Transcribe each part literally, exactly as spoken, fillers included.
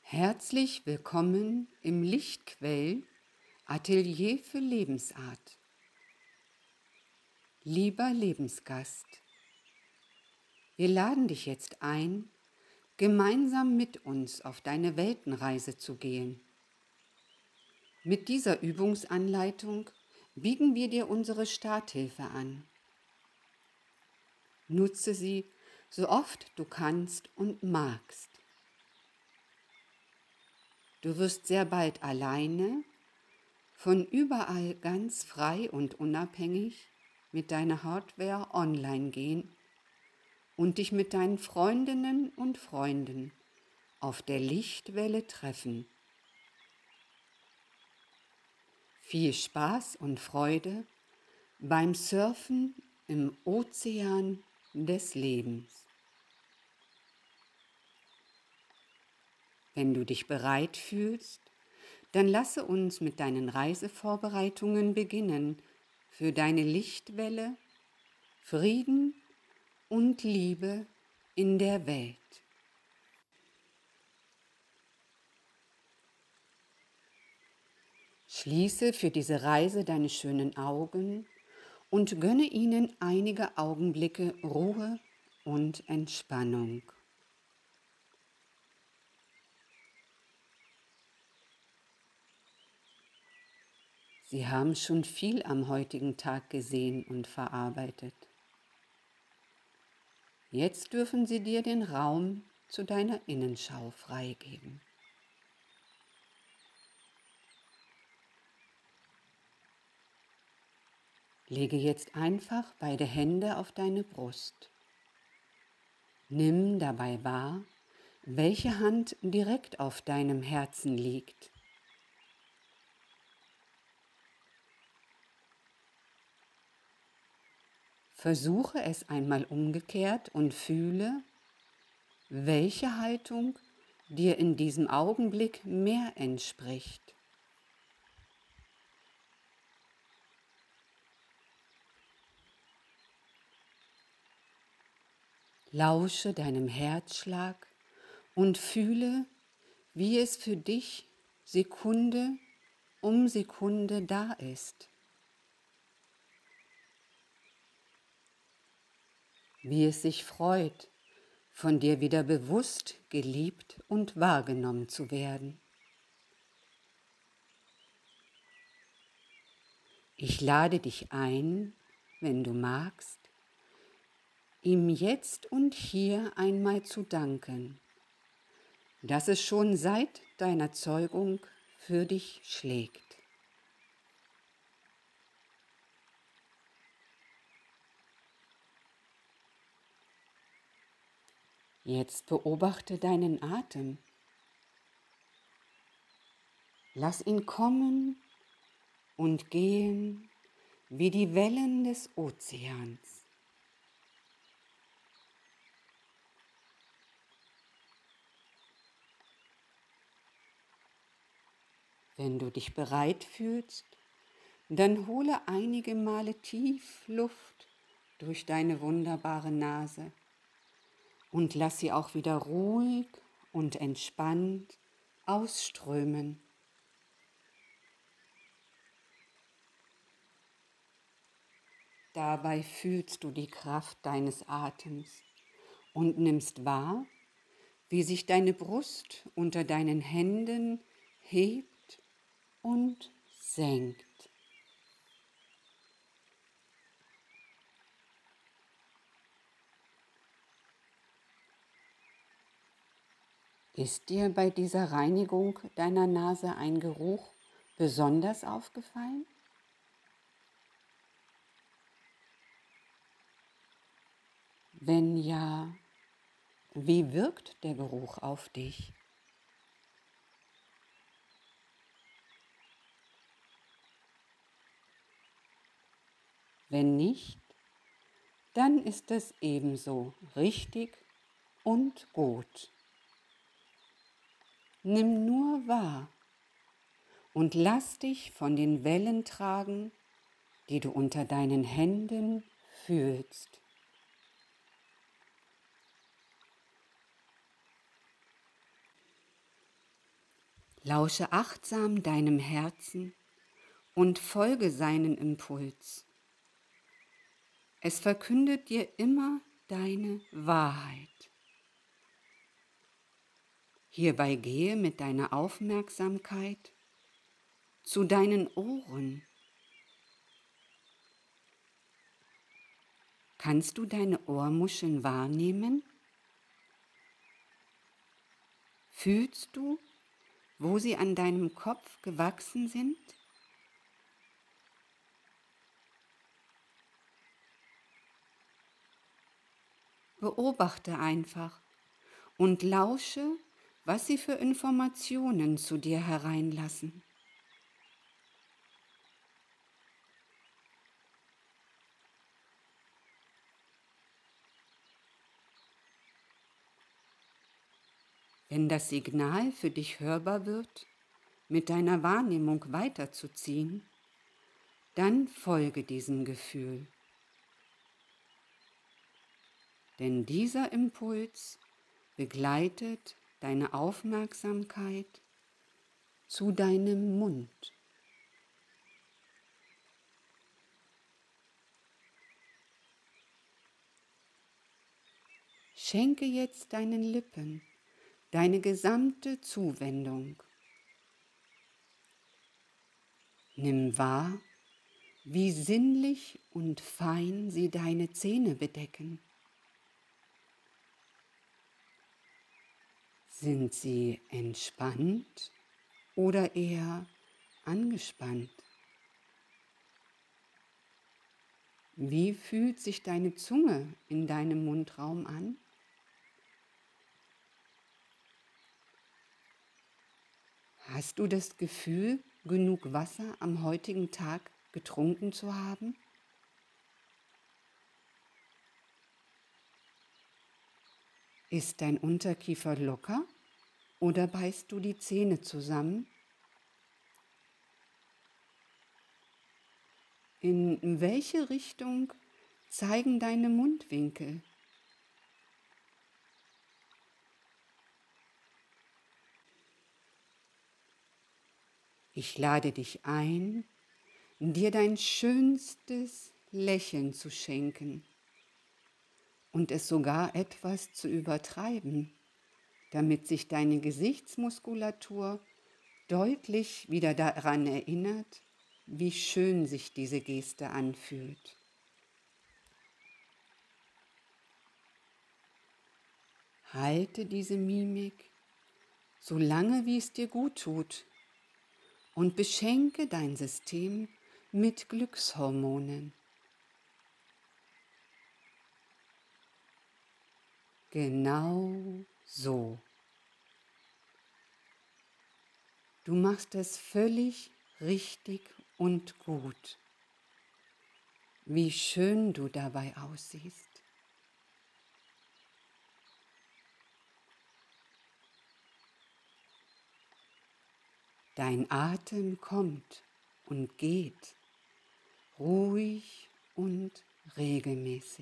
Herzlich willkommen im Lichtquell Atelier für Lebensart. Lieber Lebensgast, wir laden dich jetzt ein, gemeinsam mit uns auf deine Weltenreise zu gehen. Mit dieser Übungsanleitung bieten wir dir unsere Starthilfe an. Nutze sie so oft du kannst und magst. Du wirst sehr bald alleine, von überall ganz frei und unabhängig mit deiner Hardware online gehen und dich mit deinen Freundinnen und Freunden auf der Lichtwelle treffen. Viel Spaß und Freude beim Surfen im Ozean des Lebens. Wenn du dich bereit fühlst, dann lasse uns mit deinen Reisevorbereitungen beginnen für deine Lichtwelle, Frieden und Liebe in der Welt. Schließe für diese Reise deine schönen Augen und gönne ihnen einige Augenblicke Ruhe und Entspannung. Sie haben schon viel am heutigen Tag gesehen und verarbeitet. Jetzt dürfen Sie dir den Raum zu deiner Innenschau freigeben. Lege jetzt einfach beide Hände auf deine Brust. Nimm dabei wahr, welche Hand direkt auf deinem Herzen liegt. Versuche es einmal umgekehrt und fühle, welche Haltung dir in diesem Augenblick mehr entspricht. Lausche deinem Herzschlag und fühle, wie es für dich Sekunde um Sekunde da ist. Wie es sich freut, von dir wieder bewusst geliebt und wahrgenommen zu werden. Ich lade dich ein, wenn du magst, ihm jetzt und hier einmal zu danken, dass es schon seit deiner Zeugung für dich schlägt. Jetzt beobachte deinen Atem. Lass ihn kommen und gehen wie die Wellen des Ozeans. Wenn du dich bereit fühlst, dann hole einige Male tief Luft durch deine wunderbare Nase und lass sie auch wieder ruhig und entspannt ausströmen. Dabei fühlst du die Kraft deines Atems und nimmst wahr, wie sich deine Brust unter deinen Händen hebt und senkt. Ist dir bei dieser Reinigung deiner Nase ein Geruch besonders aufgefallen? Wenn ja, wie wirkt der Geruch auf dich? Wenn nicht, dann ist es ebenso richtig und gut. Nimm nur wahr und lass dich von den Wellen tragen, die du unter deinen Händen fühlst. Lausche achtsam deinem Herzen und folge seinen Impuls. Es verkündet dir immer deine Wahrheit. Hierbei gehe mit deiner Aufmerksamkeit zu deinen Ohren. Kannst du deine Ohrmuscheln wahrnehmen? Fühlst du, wo sie an deinem Kopf gewachsen sind? Beobachte einfach und lausche, was sie für Informationen zu dir hereinlassen. Wenn das Signal für dich hörbar wird, mit deiner Wahrnehmung weiterzuziehen, dann folge diesem Gefühl. Denn dieser Impuls begleitet deine Aufmerksamkeit zu deinem Mund. Schenke jetzt deinen Lippen deine gesamte Zuwendung. Nimm wahr, wie sinnlich und fein sie deine Zähne bedecken. Sind sie entspannt oder eher angespannt? Wie fühlt sich deine Zunge in deinem Mundraum an? Hast du das Gefühl, genug Wasser am heutigen Tag getrunken zu haben? Ist dein Unterkiefer locker oder beißt du die Zähne zusammen? In welche Richtung zeigen deine Mundwinkel? Ich lade dich ein, dir dein schönstes Lächeln zu schenken und es sogar etwas zu übertreiben, damit sich deine Gesichtsmuskulatur deutlich wieder daran erinnert, wie schön sich diese Geste anfühlt. Halte diese Mimik so lange, wie es dir gut tut, und beschenke dein System mit Glückshormonen. Genau so. Du machst es völlig richtig und gut. Wie schön du dabei aussiehst. Dein Atem kommt und geht, ruhig und regelmäßig.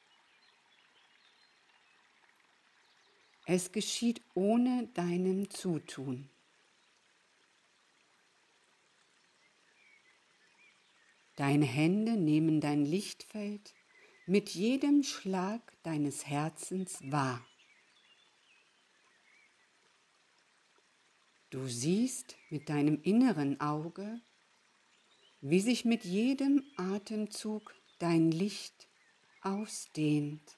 Es geschieht ohne deinem Zutun. Deine Hände nehmen dein Lichtfeld mit jedem Schlag deines Herzens wahr. Du siehst mit deinem inneren Auge, wie sich mit jedem Atemzug dein Licht ausdehnt.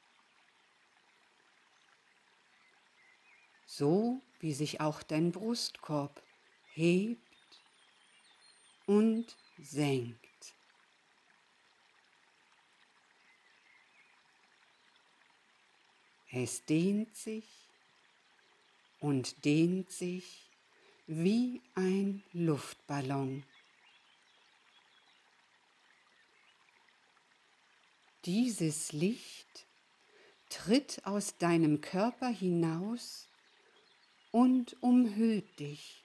So wie sich auch dein Brustkorb hebt und senkt. Es dehnt sich und dehnt sich wie ein Luftballon. Dieses Licht tritt aus deinem Körper hinaus und umhüllt dich.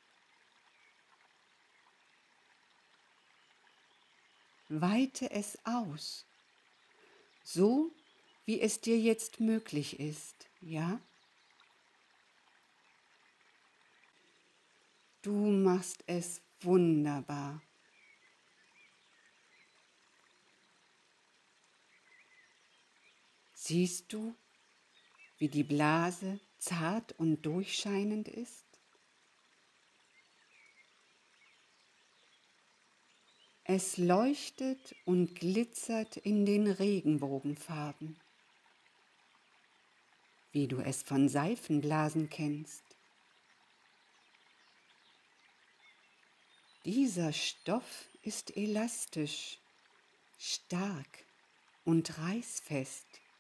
Weite es aus, so wie es dir jetzt möglich ist, ja? Du machst es wunderbar. Siehst du, wie die Blase zart und durchscheinend ist? Es leuchtet und glitzert in den Regenbogenfarben, wie du es von Seifenblasen kennst. Dieser Stoff ist elastisch, stark und reißfest.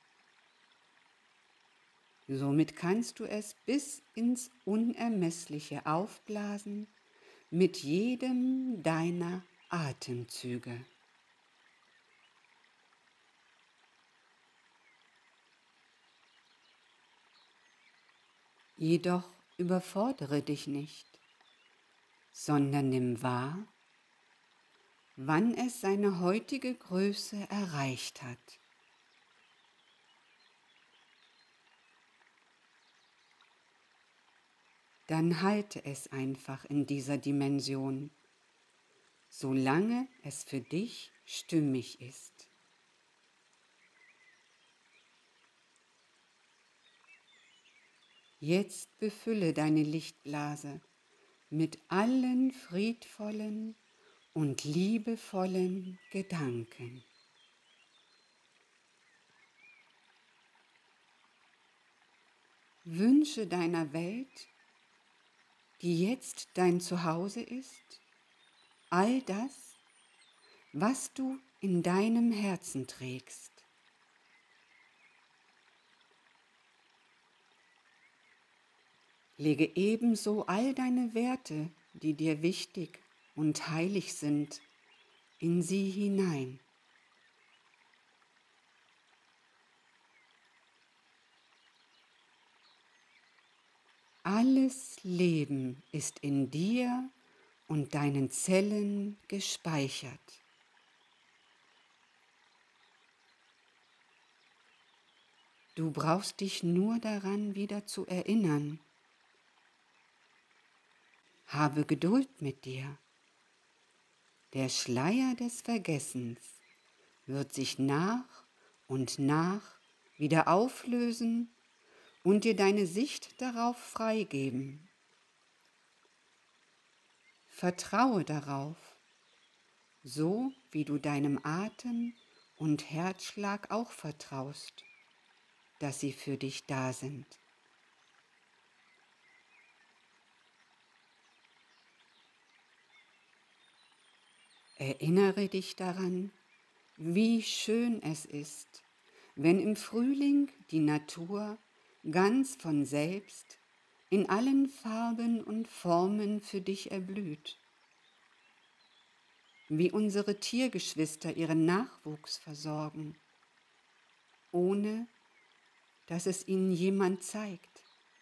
Somit kannst du es bis ins Unermessliche aufblasen mit jedem deiner Atemzüge. Jedoch überfordere dich nicht, sondern nimm wahr, wann es seine heutige Größe erreicht hat. Dann halte es einfach in dieser Dimension, solange es für dich stimmig ist. Jetzt befülle deine Lichtblase mit allen friedvollen und liebevollen Gedanken. Wünsche deiner Welt, die jetzt dein Zuhause ist, all das, was du in deinem Herzen trägst. Lege ebenso all deine Werte, die dir wichtig und heilig sind, in sie hinein. Alles Leben ist in dir und deinen Zellen gespeichert. Du brauchst dich nur daran wieder zu erinnern. Habe Geduld mit dir. Der Schleier des Vergessens wird sich nach und nach wieder auflösen und dir deine Sicht darauf freigeben. Vertraue darauf, so wie du deinem Atem und Herzschlag auch vertraust, dass sie für dich da sind. Erinnere dich daran, wie schön es ist, wenn im Frühling die Natur ganz von selbst in allen Farben und Formen für dich erblüht. Wie unsere Tiergeschwister ihren Nachwuchs versorgen, ohne dass es ihnen jemand zeigt.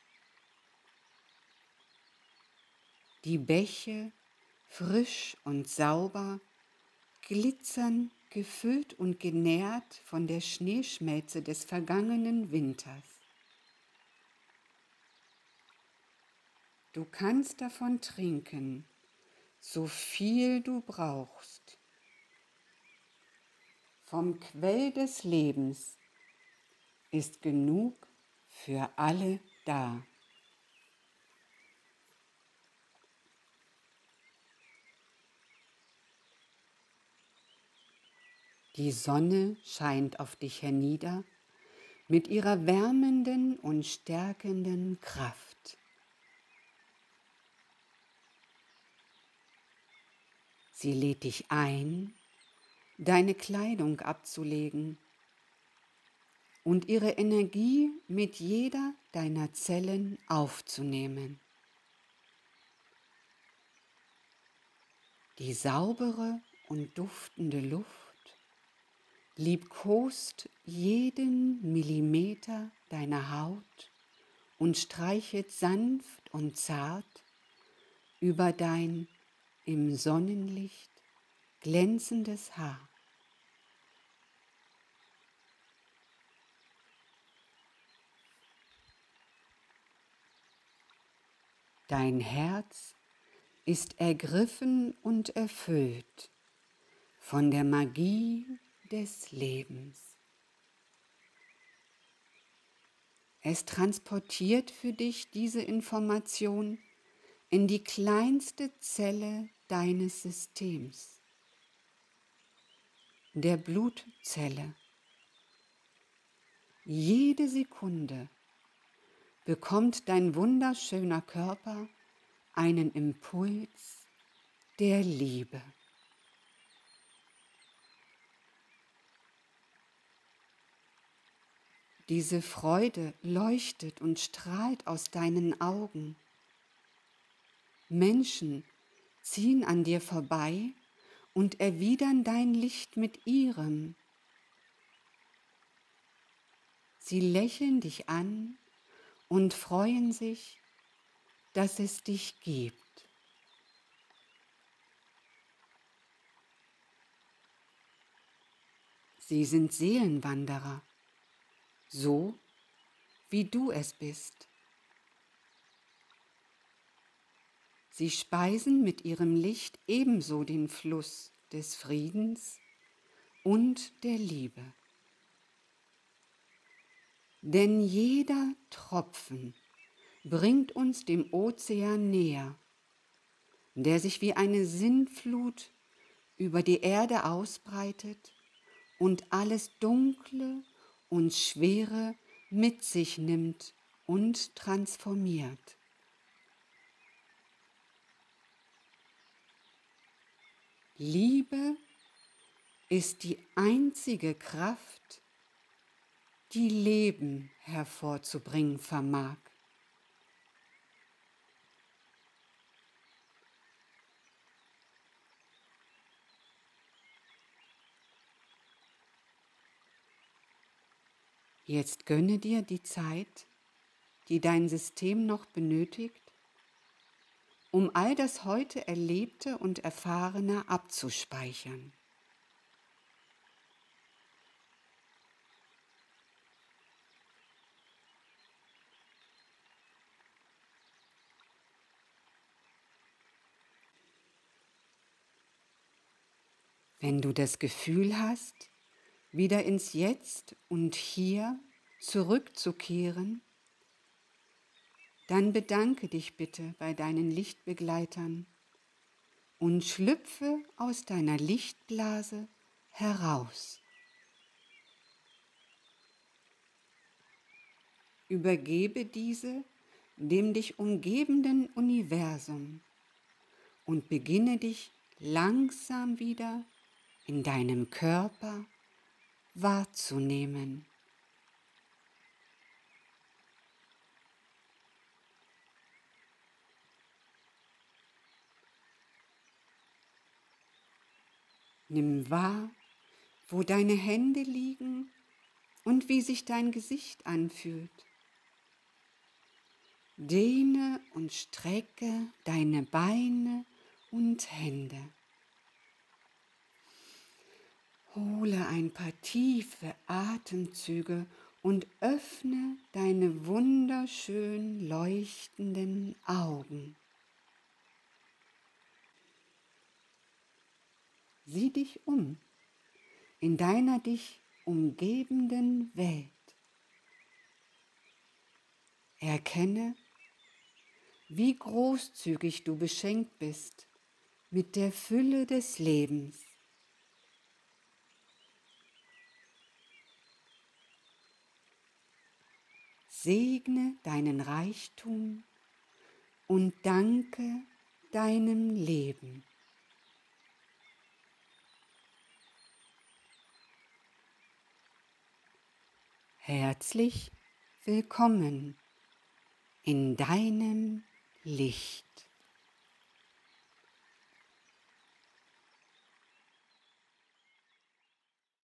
Die Bäche, frisch und sauber, glitzern, gefüllt und genährt von der Schneeschmelze des vergangenen Winters. Du kannst davon trinken, so viel du brauchst. Vom Quell des Lebens ist genug für alle da. Die Sonne scheint auf dich hernieder mit ihrer wärmenden und stärkenden Kraft. Sie lädt dich ein, deine Kleidung abzulegen und ihre Energie mit jeder deiner Zellen aufzunehmen. Die saubere und duftende Luft liebkost jeden Millimeter deiner Haut und streichelt sanft und zart über dein im Sonnenlicht glänzendes Haar. Dein Herz ist ergriffen und erfüllt von der Magie des Lebens. Es transportiert für dich diese Information in die kleinste Zelle deines Systems, der Blutzelle. Jede Sekunde bekommt dein wunderschöner Körper einen Impuls der Liebe. Diese Freude leuchtet und strahlt aus deinen Augen. Menschen ziehen an dir vorbei und erwidern dein Licht mit ihrem. Sie lächeln dich an und freuen sich, dass es dich gibt. Sie sind Seelenwanderer, so wie du es bist. Sie speisen mit ihrem Licht ebenso den Fluss des Friedens und der Liebe. Denn jeder Tropfen bringt uns dem Ozean näher, der sich wie eine Sintflut über die Erde ausbreitet und alles Dunkle und Schwere mit sich nimmt und transformiert. Liebe ist die einzige Kraft, die Leben hervorzubringen vermag. Jetzt gönne dir die Zeit, die dein System noch benötigt, um all das heute Erlebte und Erfahrene abzuspeichern. Wenn du das Gefühl hast, wieder ins Jetzt und Hier zurückzukehren, dann bedanke dich bitte bei deinen Lichtbegleitern und schlüpfe aus deiner Lichtblase heraus. Übergebe diese dem dich umgebenden Universum und beginne dich langsam wieder in deinem Körper wahrzunehmen. Nimm wahr, wo deine Hände liegen und wie sich dein Gesicht anfühlt. Dehne und strecke deine Beine und Hände. Hole ein paar tiefe Atemzüge und öffne deine wunderschön leuchtenden Augen. Sieh dich um in deiner dich umgebenden Welt. Erkenne, wie großzügig du beschenkt bist mit der Fülle des Lebens. Segne deinen Reichtum und danke deinem Leben. Herzlich willkommen in deinem Licht.